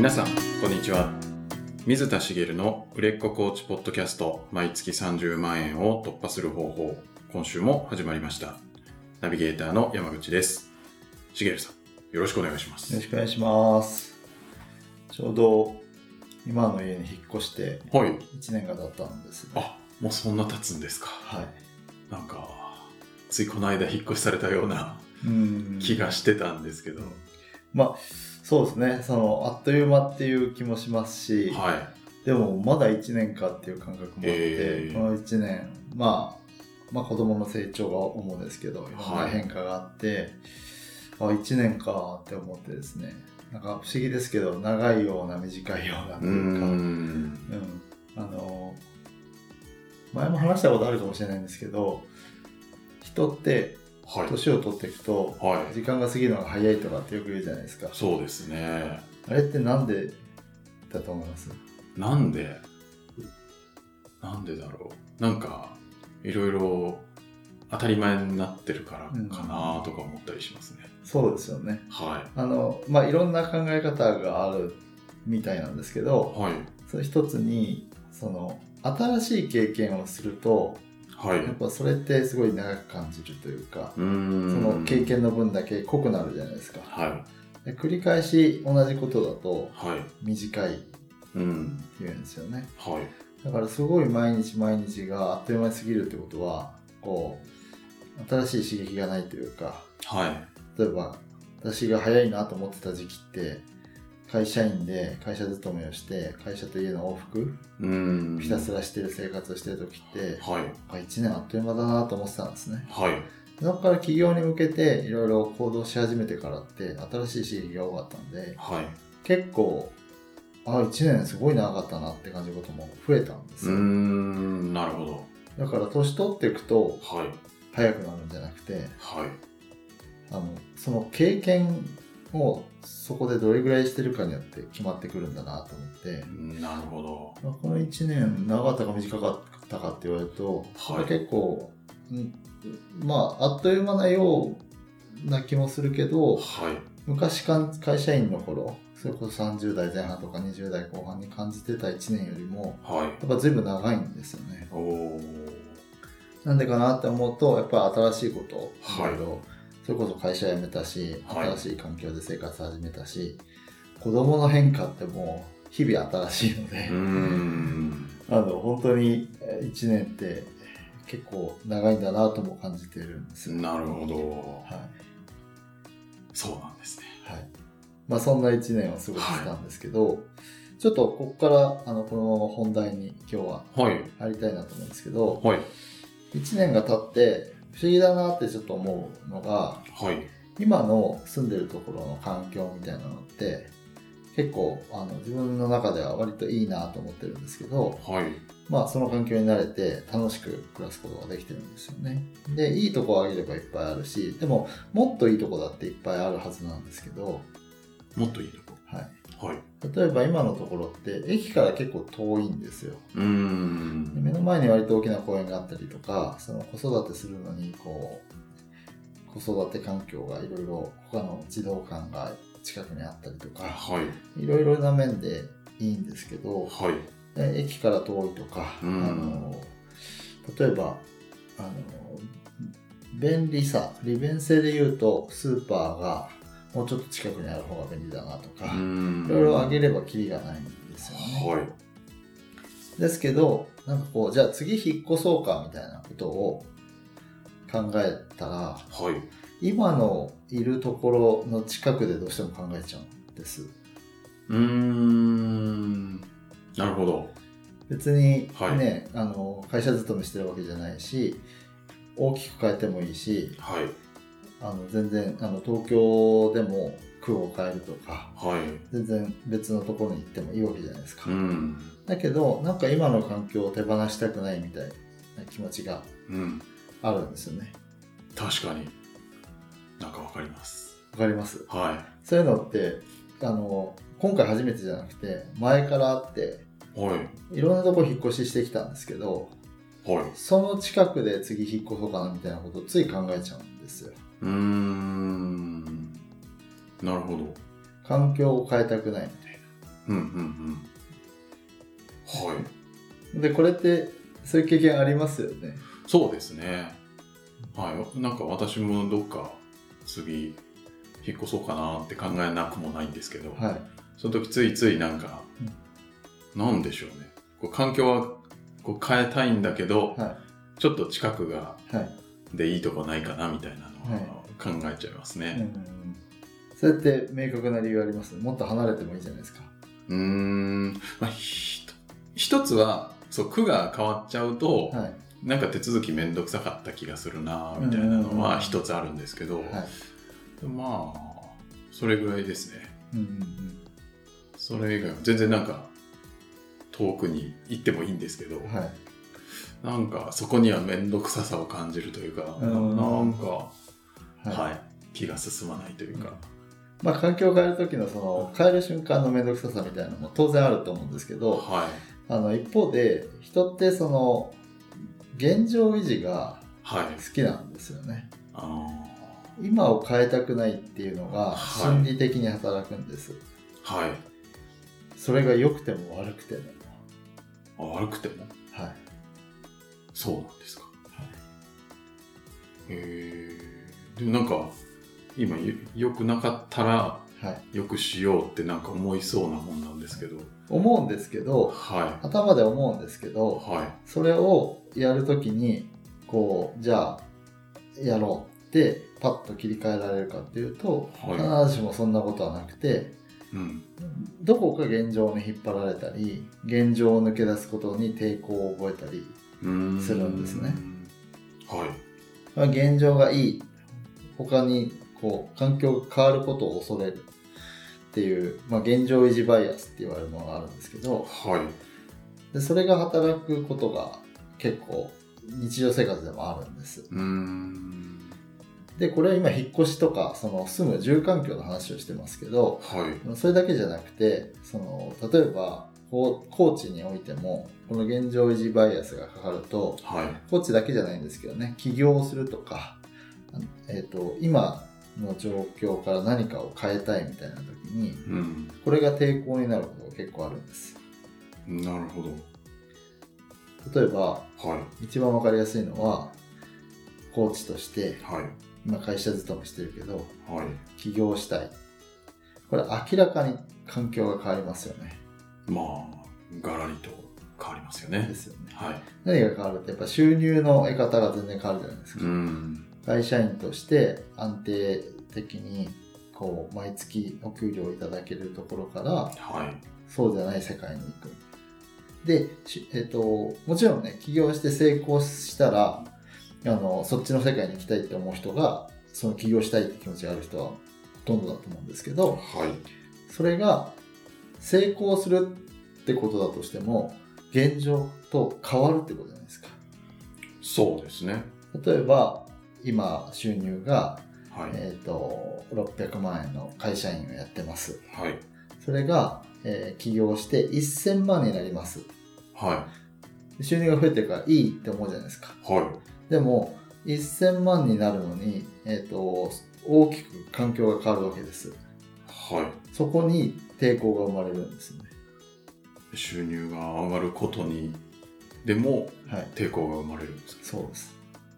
皆さんこんにちは。水田茂の売れっ子コーチポッドキャスト、毎月30万円を突破する方法、今週も始まりました。ナビゲーターの山口です。茂さん、よろしくお願いします。 よろしくお願いします。ちょうど今の家に引っ越して1年が経ったんですね。 あ、もうそんな経つんですか。 はい。 なんかついこの間引っ越しされたような気がしてたんですけど、 まあそうですね。あっという間っていう気もしますし、 はい、 でもまだ1年かっていう感覚もあって、この1年、まあ子供の成長が主ですけど、いろんな変化があって、1年かって思ってですね、なんか不思議ですけど、長いような短いようなというか、前も話したことあるかもしれないんですけど、人って年を取っていくと、時間が過ぎるのが早いとかってよく言うじゃないですか。 そうですね。 あれってなんでだと思います？ なんでだろう。なんかいろいろ当たり前になってるからかなとか思ったりしますね。 そうですよね。 はい。 いろんな考え方があるみたいなんですけど、その一つに新しい経験をすると、やっぱそれってすごい長く感じるというか、その経験の分だけ濃くなるじゃないですか。で繰り返し同じことだと短いっていうんですよね。だからすごい毎日毎日があっという間に過ぎるってことは、新しい刺激がないというか、例えば私が早いなと思ってた時期って会社員で会社勤めをして会社と家の往復ひたすらしてる生活をしてる時って、1年あっという間だなと思ってたんですね。そこから起業に向けていろいろ行動し始めてからって新しい刺激が多かったんで、結構1年すごい長かったなって感じることも増えたんですよ。 なるほど。 だから年取っていくと早くなるんじゃなくて、その経験をそこでどれぐらいしてるかによって決まってくるんだなと思って。 なるほど。 この1年長かったか短かったかって言われると、これ結構あっという間なような気もするけど、昔会社員の頃、それこそ30代前半とか20代後半に感じてた1年よりも、やっぱ随分長いんですよね。なんでかなって思うと、やっぱり新しいことをいろいろ、それこそ会社辞めたし、新しい環境で生活始めたし、子供の変化ってもう日々新しいので、本当に1年って結構長いんだなとも感じているんですよ。 なるほど。そうなんですね。 そんな1年を過ごしてたんですけど、ちょっとここからこのまま本題に今日は入りたいなと思うんですけど、1年が経って不思議だなってちょっと思うのが、今の住んでるところの環境みたいなのって結構自分の中では割といいなと思ってるんですけど、その環境に慣れて楽しく暮らすことができてるんですよね。で、いいとこを挙げればいっぱいあるし、でももっといいとこだっていっぱいあるはずなんですけど、 もっといいとこ。 例えば今のところって駅から結構遠いんですよ。で目の前に割と大きな公園があったりとか、その子育てするのに子育て環境がいろいろ他の児童館が近くにあったりとか、いろいろな面でいいんですけど、駅から遠いとか、例えば便利さ、利便性で言うとスーパーがもうちょっと近くにある方が便利だなとか、いろいろ挙げればキリがないんですよね。ですけど、なんかじゃあ次引っ越そうかみたいなことを考えたら、今のいるところの近くでどうしても考えちゃうんです。 なるほど。 別にね、会社勤めしてるわけじゃないし、大きく変えてもいいし、全然東京でも区を変えるとか、全然別のところに行ってもいいわけじゃないですか。だけどなんか今の環境を手放したくないみたいな気持ちがあるんですよね。 確かになんかわかります。 わかります。そういうのって今回初めてじゃなくて前からあって、いろんなとこ引っ越ししてきたんですけど、その近くで次引っ越そうかなみたいなことをつい考えちゃうんですよ。 なるほど。 環境を変えたくないみたいはい。 でこれってそういう経験ありますよね。 そうですね。はい。なんか私もどっか次引っ越そうかなって考えなくもないんですけど、はい、その時ついついなんか、なんでしょうね。こう環境はこう変えたいんだけど、はい、ちょっと近くが、はい、でいいとこないかなみたいなのは考えちゃいますね。 それって明確な理由あります？もっと離れてもいいじゃないですか。 まあ、一つはそう区が変わっちゃうと、はい、なんか手続きめんどくさかった気がするなみたいなのは一つあるんですけど、はい、まあそれぐらいですね。それ以外は全然なんか遠くに行ってもいいんですけど、はい、なんかそこにはめんどくささを感じるというか、なんか、はいはい、気が進まないというか。 まあ、環境を変える時のその変える瞬間のめんどくささみたいなのも当然あると思うんですけど、はい、一方で人ってその現状維持が好きなんですよね。今を変えたくないっていうのが心理的に働くんです。はい。それが良くても悪くても。 悪くても？ はい。 そうなんですか。はい、でもなんか今良くなかったら良くしようってなんか思いそうなもんなんですけど。 思うんですけど、はい、頭で思うんですけど、はい、それをやるときにこうじゃあやろうってパッと切り替えられるかっていうと、はい、必ずしもそんなことはなくて、どこか現状に引っ張られたり現状を抜け出すことに抵抗を覚えたりするんですね。はい、現状がいい、他にこう環境が変わることを恐れるっていう、現状維持バイアスって言われるものがあるんですけど、はい、でそれが働くことが結構日常生活でもあるんです。でこれは今引っ越しとかその住む住環境の話をしてますけど、はい、それだけじゃなくてその例えばコーチにおいてもこの現状維持バイアスがかかると、はい、コーチだけじゃないんですけどね、起業をするとか、今の状況から何かを変えたいみたいな時に、これが抵抗になることが結構あるんです。 なるほど。 例えば、はい、一番わかりやすいのはコーチとして、はい、今会社勤めしてるけど、はい、起業したい。これ明らかに環境が変わりますよね。 まあガラリと変わりますよね。 ですよね。はい、何が変わるってやっぱ収入の得方が全然変わるじゃないですか。会社員として安定的にこう毎月お給料をいただけるところから、はい、そうじゃない世界に行く。で、もちろんね起業して成功したらそっちの世界に行きたいって思う人がその起業したいって気持ちがある人はほとんどだと思うんですけど、はい、それが成功するってことだとしても現状と変わるってことじゃないですか。 そうですね。 例えば今収入が、はい、600万円の会社員をやってます。はい、それが、起業して1000万になります。はい、収入が増えてるからいいって思うじゃないですか。はい、でも1000万になるのに、大きく環境が変わるわけです。はい、そこに抵抗が生まれるんですね。 収入が上がることにでも抵抗が生まれるんですか？ そうです。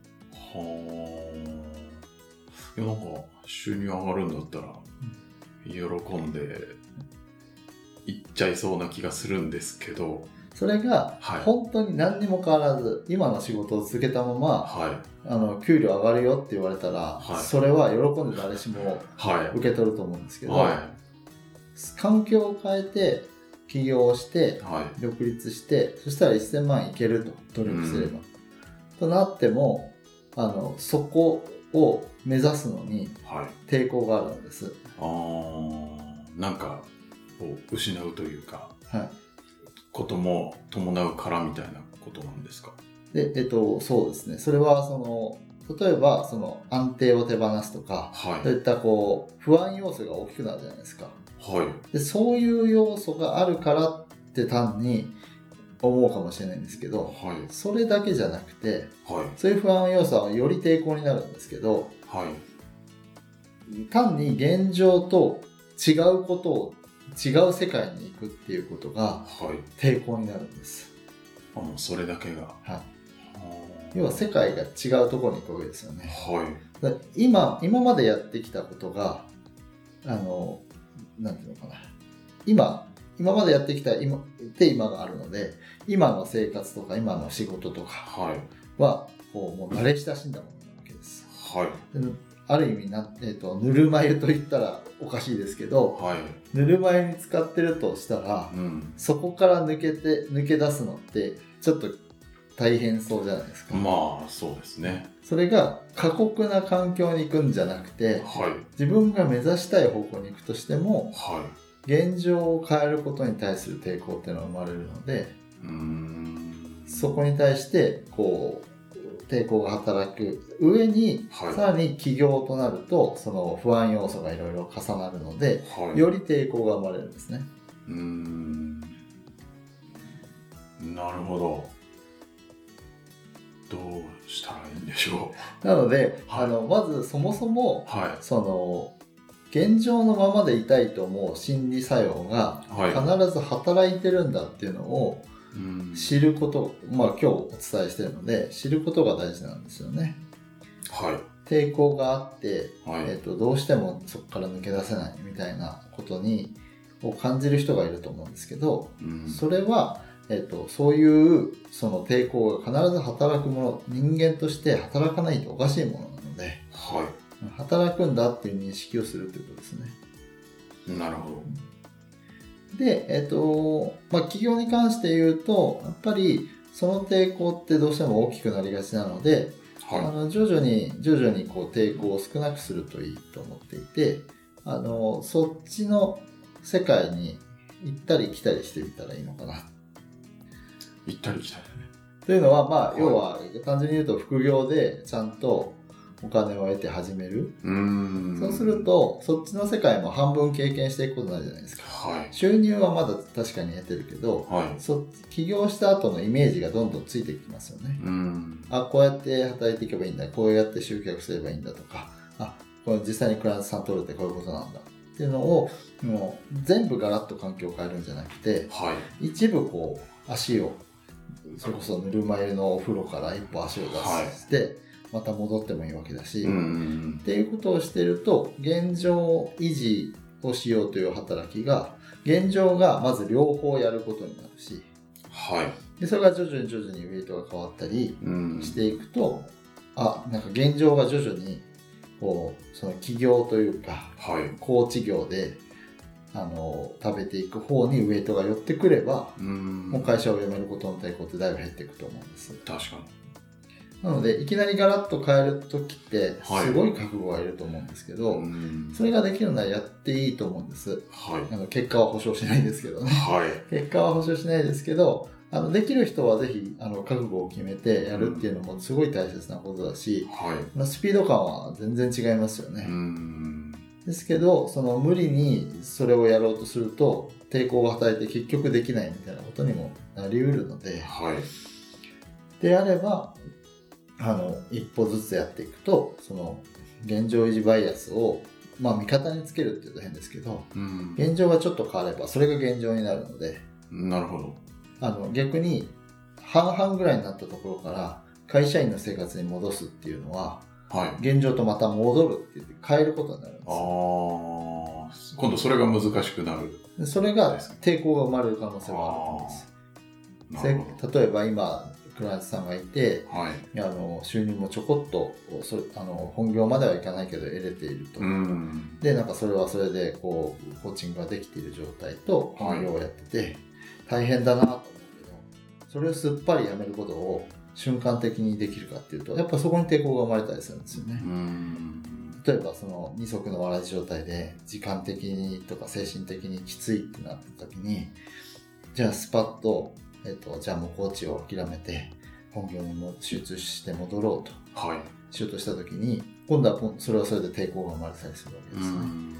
いやなんか収入上がるんだったら喜んでいっちゃいそうな気がするんですけど、 それが本当に何にも変わらず今の仕事を続けたまま、はい、給料上がるよって言われたら、はい、それは喜んで誰しも受け取ると思うんですけど、はい、環境を変えて起業して、はい、独立してそしたら1000万いけると努力すれば、となってもそこを目指すのに抵抗があるんです。 なんかを失うというか、はい、ことも伴うからみたいなことなんですか？ で、そうですね。それは例えば安定を手放すとか、はい、そういったこう不安要素が大きくなるじゃないですか。はい、でそういう要素があるからって単に思うかもしれないんですけど、はい、それだけじゃなくて、はい、そういう不安要素はより抵抗になるんですけど、はい、単に現状と違うことを違う世界に行くっていうことが抵抗になるんです。 もうそれだけが。 はい。要は世界が違うところに行くわけですよね。 はい。 だ今までやってきたことがなんていうのかな、今までやってきた今があるので、今の生活とか今の仕事とかはこうもう慣れ親しんだものなわけです。 はい。 ある意味ぬるま湯と言ったらおかしいですけど、 はい、 ぬるま湯に使ってるとしたら、そこから抜け出すのってちょっと大変そうじゃないですか。 まあそうですね。 それが過酷な環境に行くんじゃなくて、自分が目指したい方向に行くとしても、現状を変えることに対する抵抗っていうのが生まれるので、そこに対してこう抵抗が働く上に、さらに起業となるとその不安要素がいろいろ重なるので、より抵抗が生まれるんですね。 なるほど。どうしたらいいんでしょう。なので、まずそもそも、その現状のままでいたいと思う心理作用が必ず働いてるんだっていうのを知ること、今日お伝えしているので知ることが大事なんですよね。抵抗があって、どうしてもそこから抜け出せないみたいなことを感じる人がいると思うんですけど、それは、そういうその抵抗が必ず働くもの、人間として働かないとおかしいものなので、働くんだっていう認識をするということですね。 なるほど。 で、企業に関して言うと、やっぱりその抵抗ってどうしても大きくなりがちなので、徐々にこう抵抗を少なくするといいと思っていて、そっちの世界に行ったり来たりしてみたらいいのかな。 行ったり来たりね。 というのは、要は単純に言うと副業でちゃんとお金を得て始める。そうするとそっちの世界も半分経験していくことになるじゃないですか。収入はまだ確かに得てるけど、起業した後のイメージがどんどんついてきますよね。こうやって働いていけばいいんだ、こうやって集客すればいいんだとか、これ実際にクライアントさん取るってこういうことなんだっていうのをもう全部ガラッと環境を変えるんじゃなくて、一部こう足をそれこそぬるま湯のお風呂から一歩足を出して、また戻ってもいいわけだし、っていうことをしてると現状維持をしようという働きが現状がまず両方やることになるし、でそれが徐々にウェイトが変わったりしていくと、なんか現状が徐々にこうその起業というか、コーチ業で食べていく方にウェイトが寄ってくれば、もう会社を辞めることの抵抗ってだいぶ減っていくと思うんです。 確かに。 なのでいきなりガラッと変える時ってすごい覚悟がいると思うんですけど、それができるならやっていいと思うんです。結果は保証しないですけどね。結果は保証しないですけど、できる人はぜひ覚悟を決めてやるっていうのもすごい大切なことだし、スピード感は全然違いますよね。ですけど、その無理にそれをやろうとすると抵抗が働いて結局できないみたいなことにもなりうるので、であれば一歩ずつやっていくと、その現状維持バイアスを味方につけるっていうと変ですけど、現状がちょっと変わればそれが現状になるので、 なるほど。 逆に半々ぐらいになったところから会社員の生活に戻すっていうのは、現状とまた戻るって言って変えることになるんですよ。 今度それが難しくなる。 それが抵抗が生まれる可能性があると思います。例えば今クライアントさんがいて、収入もちょこっと本業まではいかないけど得れていると、でなんかそれはそれでコーチングができている状態と本業をやってて、大変だなと思うけど、それをすっぱりやめることを瞬間的にできるかっていうと、やっぱそこに抵抗が生まれたりするんですよね。例えばその二足のわらじ状態で時間的にとか精神的にきついってなった時に、じゃあスパッとじゃあもうコーチを諦めて本業にも集中して戻ろうと、しようとした時に、今度はそれはそれで抵抗が生まれたりするわけです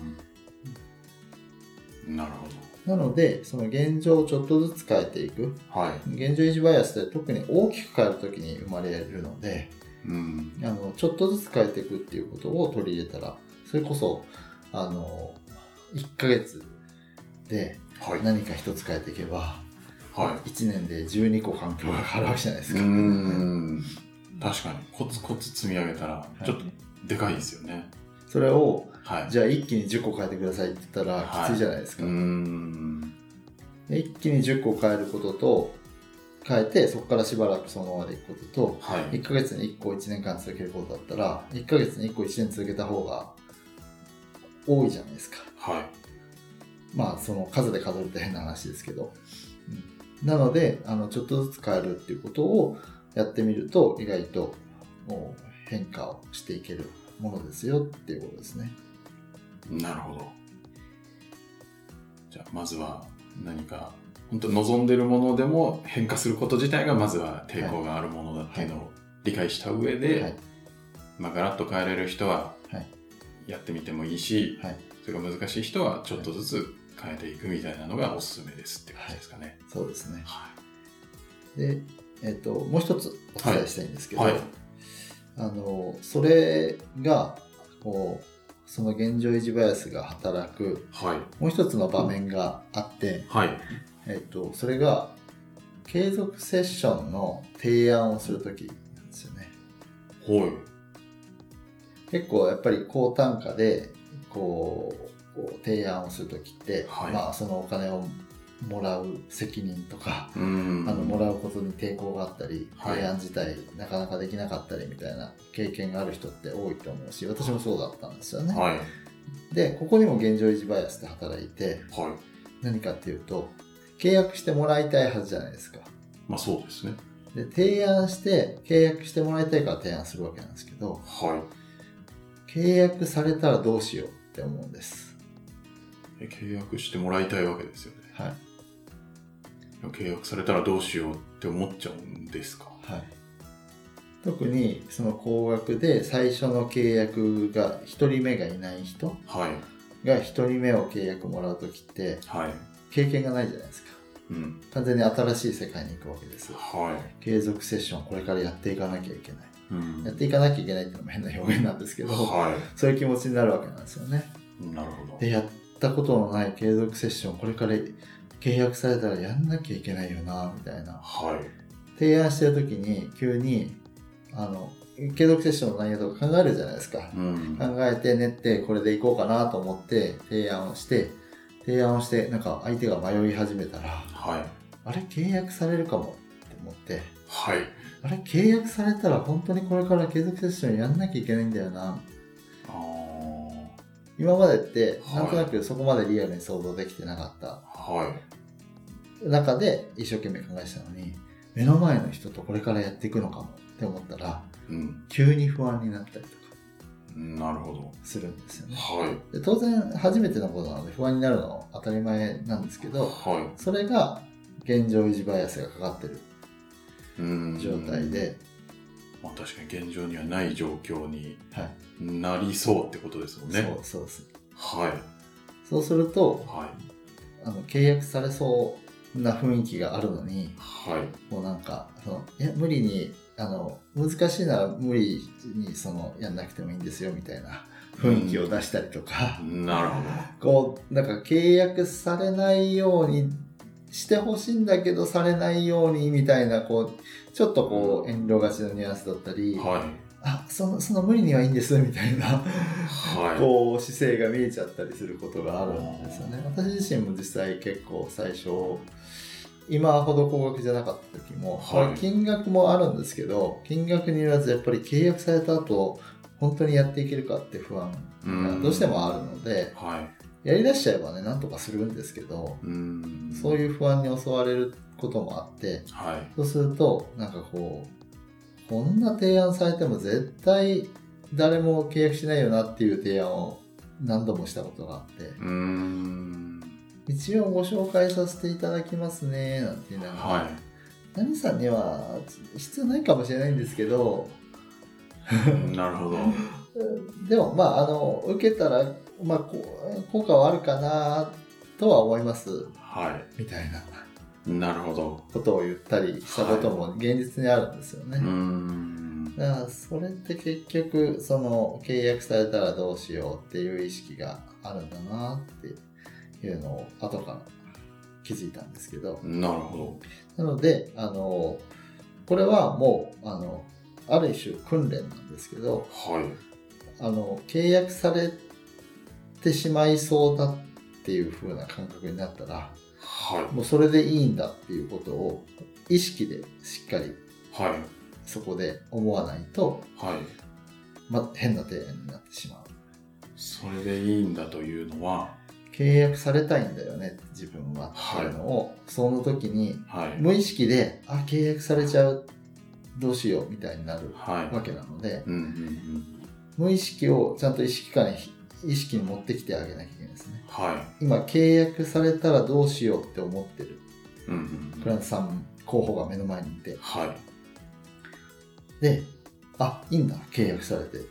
ね。 なるほど。 なのでその現状をちょっとずつ変えていく、現状維持バイアスって特に大きく変える時に生まれるので、ちょっとずつ変えていくっていうことを取り入れたら、それこそ1ヶ月で何か一つ変えていけば、1年で12個環境が変わるわけじゃないですか。 確かにコツコツ積み上げたらちょっとでかいですよね。 それを、じゃあ一気に10個変えてくださいって言ったらきついじゃないですか。一気に10個変えることと変えて、そこからしばらくそのままでいくことと、1ヶ月に1個1年間続けることだったら、1ヶ月に1個1年続けた方が多いじゃないですか。まあその数で数えると変な話ですけど、なのでちょっとずつ変えるっていうことをやってみると、意外ともう変化をしていけるものですよっていうことですね。 なるほど。じゃあまずは何か本当望んでるものでも変化すること自体がまずは抵抗があるものだっていうのを理解した上で、ガラッと変えれる人はやってみてもいいし、それが難しい人はちょっとずつ変えていくみたいなのがおすすめですって感じですかね。 そうですね。で、もう一つお伝えしたいんですけど、それがこうその現状維持バイアスが働く、もう一つの場面があって、それが継続セッションの提案をするときなんですよね。結構やっぱり高単価でこう提案をするときって、そのお金をもらう責任とか、もらうことに抵抗があったり、提案自体なかなかできなかったりみたいな経験がある人って多いと思うし、私もそうだったんですよね。で、ここにも現状維持バイアスで働いて、何かっていうと、契約してもらいたいはずじゃないですか。 そうですね。 で、提案して契約してもらいたいから提案するわけなんですけど、契約されたらどうしようって思うんです。 契約してもらいたいわけですよね。契約されたらどうしようって思っちゃうんですか。 特にその高額で最初の契約が1人目がいない人が1人目を契約もらうときって、経験がないじゃないですか。完全に新しい世界に行くわけです。継続セッションこれからやっていかなきゃいけない。やっていかなきゃいけないっていうのも変な表現なんですけど、そういう気持ちになるわけなんですよね。 なるほど。 で、やったことのない継続セッションこれから契約されたらやんなきゃいけないよなみたいな、提案してる時に急に継続セッションの内容とか考えるじゃないですか。考えて練ってこれでいこうかなと思って提案をしてなんか相手が迷い始めたら、あれ契約されるかもって思って、あれ契約されたら本当にこれから継続セッションやんなきゃいけないんだよな。今までってなんとなくそこまでリアルに想像できてなかった中で一生懸命考えてたのに、目の前の人とこれからやっていくのかもって思ったら、急に不安になったりとかするんですよね。で、当然初めてのことなので不安になるのは当たり前なんですけど、それが現状維持バイアスがかかってる状態で、 確かに現状にはない状況になりそうってことですもんね。 そうです。そうすると、契約されそうな雰囲気があるのに、もうなんか無理に難しいなら無理にやんなくてもいいんですよみたいな雰囲気を出したりとか、 なるほど。なんか契約されないようにしてほしいんだけどされないようにみたいなちょっと遠慮がちのニュアンスだったり、その無理にはいいんですみたいな、姿勢が見えちゃったりすることがあるんですよね。私自身も実際結構最初今ほど高額じゃなかった時も、金額もあるんですけど、金額によらずやっぱり契約された後本当にやっていけるかって不安がどうしてもあるので、やりだしちゃえばねなんとかするんですけど、そういう不安に襲われることもあって、そうするとなんかこんな提案されても絶対誰も契約しないよなっていう提案を何度もしたことがあって、一応ご紹介させていただきますねなんて言いながら、何さんには必要ないかもしれないんですけどなるほど。 でも受けたら効果はあるかなとは思います、みたいなことを言ったりしたことも現実にあるんですよね。だからそれって結局契約されたらどうしようっていう意識があるんだなっていうのを後から気づいたんですけど。 なるほど。なので、これはもう、ある種訓練なんですけど、 はい。 契約されてしまいそうだっていう風な感覚になったら、 はい。 もうそれでいいんだっていうことを意識でしっかり、 はい。 そこで思わないと、 はい。 変な提案になってしまう。 それでいいんだというのは、 契約されたいんだよね、自分はっていうのを、その時に、無意識で、契約されちゃう、どうしようみたいになるわけなので、無意識をちゃんと意識に持ってきてあげなきゃいけないですね。今、契約されたらどうしようって思ってる、クライアントさん候補が目の前にいて、で、いいんだ、契約されて。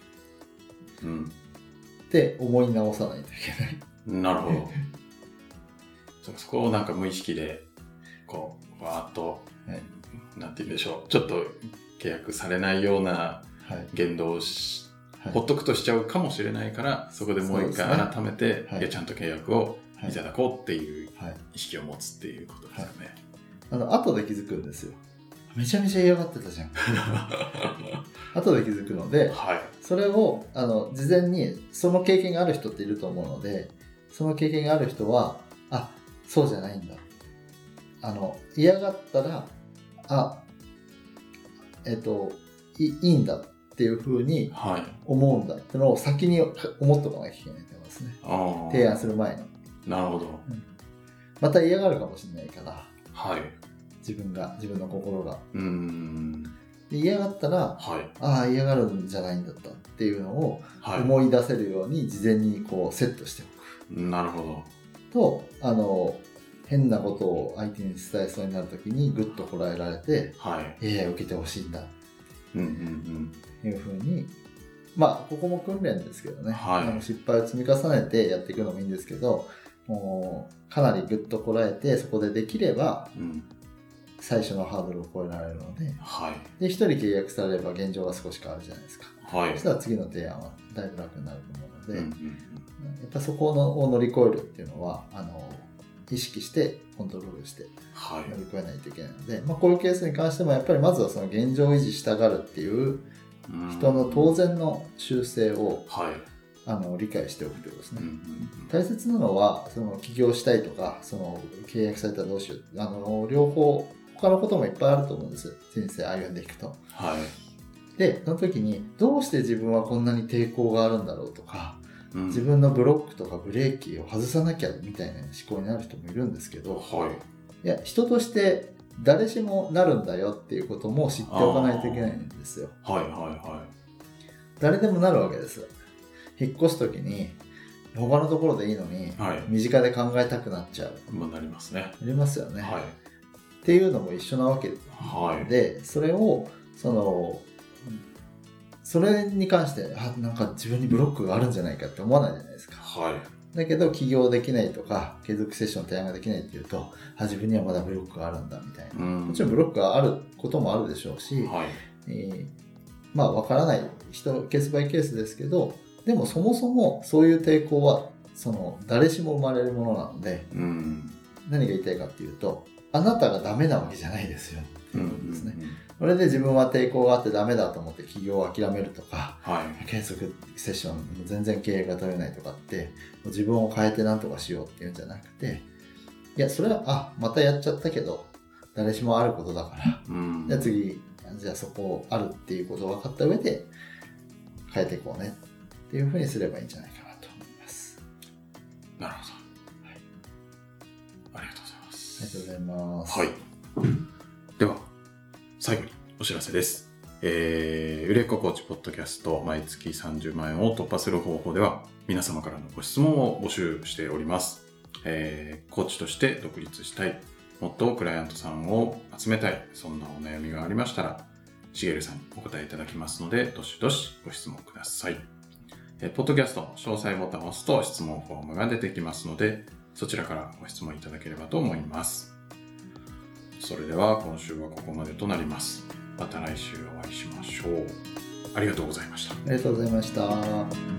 って思い直さないといけない。 なるほど。そこをなんか無意識で、わーっと、なんて言うんでしょう。ちょっと契約されないような言動をほっとくとしちゃうかもしれないから、そこでもう一回改めて、ちゃんと契約をいただこうっていう意識を持つっていうことですよね。 後で気づくんですよ。めちゃめちゃ嫌がってたじゃん。後で気づくので、それを事前にその経験がある人っていると思うので、その経験がある人は、そうじゃないんだ。嫌がったら、いいんだっていうふうに思うんだってのを先に思っておかなきゃいけないと思いますね。提案する前に。 なるほど。 また嫌がるかもしれないから。自分の心が。で嫌がったら、嫌がるんじゃないんだったっていうのを思い出せるように事前にセットしておく。 なるほど。と、変なことを相手に伝えそうになるときにぐっとこらえられて、受けてほしいんだっていうふうに、ここも訓練ですけどね、失敗を積み重ねてやっていくのもいいんですけど、もうかなりぐっとこらえてそこでできれば、最初のハードルを超えられるので、で1人契約されれば現状が少し変わるじゃないですか。そしたら次の提案はだいぶ楽になると思うので、やっぱそこを乗り越えるっていうのは意識してコントロールして乗り越えないといけないので、こういうケースに関してもやっぱりまずはその現状維持したがるっていう人の当然の習性を理解しておくということですね。大切なのは起業したいとか契約されたらどうしよう、両方他のこともいっぱいあると思うんです。人生歩んでいくと。でその時にどうして自分はこんなに抵抗があるんだろうとか、自分のブロックとかブレーキを外さなきゃみたいな思考になる人もいるんですけど、いや人として誰しもなるんだよっていうことも知っておかないといけないんですよ。誰でもなるわけです。引っ越す時に他のところでいいのに、身近で考えたくなっちゃう。 なりますね。 なりますよね。っていうのも一緒なわけで、それをそれに関してなんか自分にブロックがあるんじゃないかって思わないじゃないですか。だけど起業できないとか継続セッション提案ができないっていうと、自分にはまだブロックがあるんだみたいな。もちろんブロックがあることもあるでしょうし、わからない人ケースバイケースですけど、でもそもそもそういう抵抗は誰しも生まれるものなので、何が言いたいかっていうと、あなたがダメなわけじゃないですよっていうことですね。それで自分は抵抗があってダメだと思って起業を諦めるとか、継続セッション全然経営が取れないとかって自分を変えて何とかしようっていうんじゃなくて、いやそれはまたやっちゃったけど誰しもあることだから、じゃあそこあるっていうことを分かった上で変えていこうねっていうふうにすればいいんじゃないかなと思います。 なるほど。ありがとうございます。 ありがとうございます。 では最後にお知らせです。売れっ子コーチポッドキャスト毎月30万円を突破する方法では皆様からのご質問を募集しております。コーチとして独立したい、もっとクライアントさんを集めたい、そんなお悩みがありましたらしげるさんにお答えいただきますので、どしどしご質問ください。ポッドキャストの詳細ボタンを押すと質問フォームが出てきますので、そちらからご質問いただければと思います。それでは今週はここまでとなります。また来週お会いしましょう。ありがとうございました。 ありがとうございました。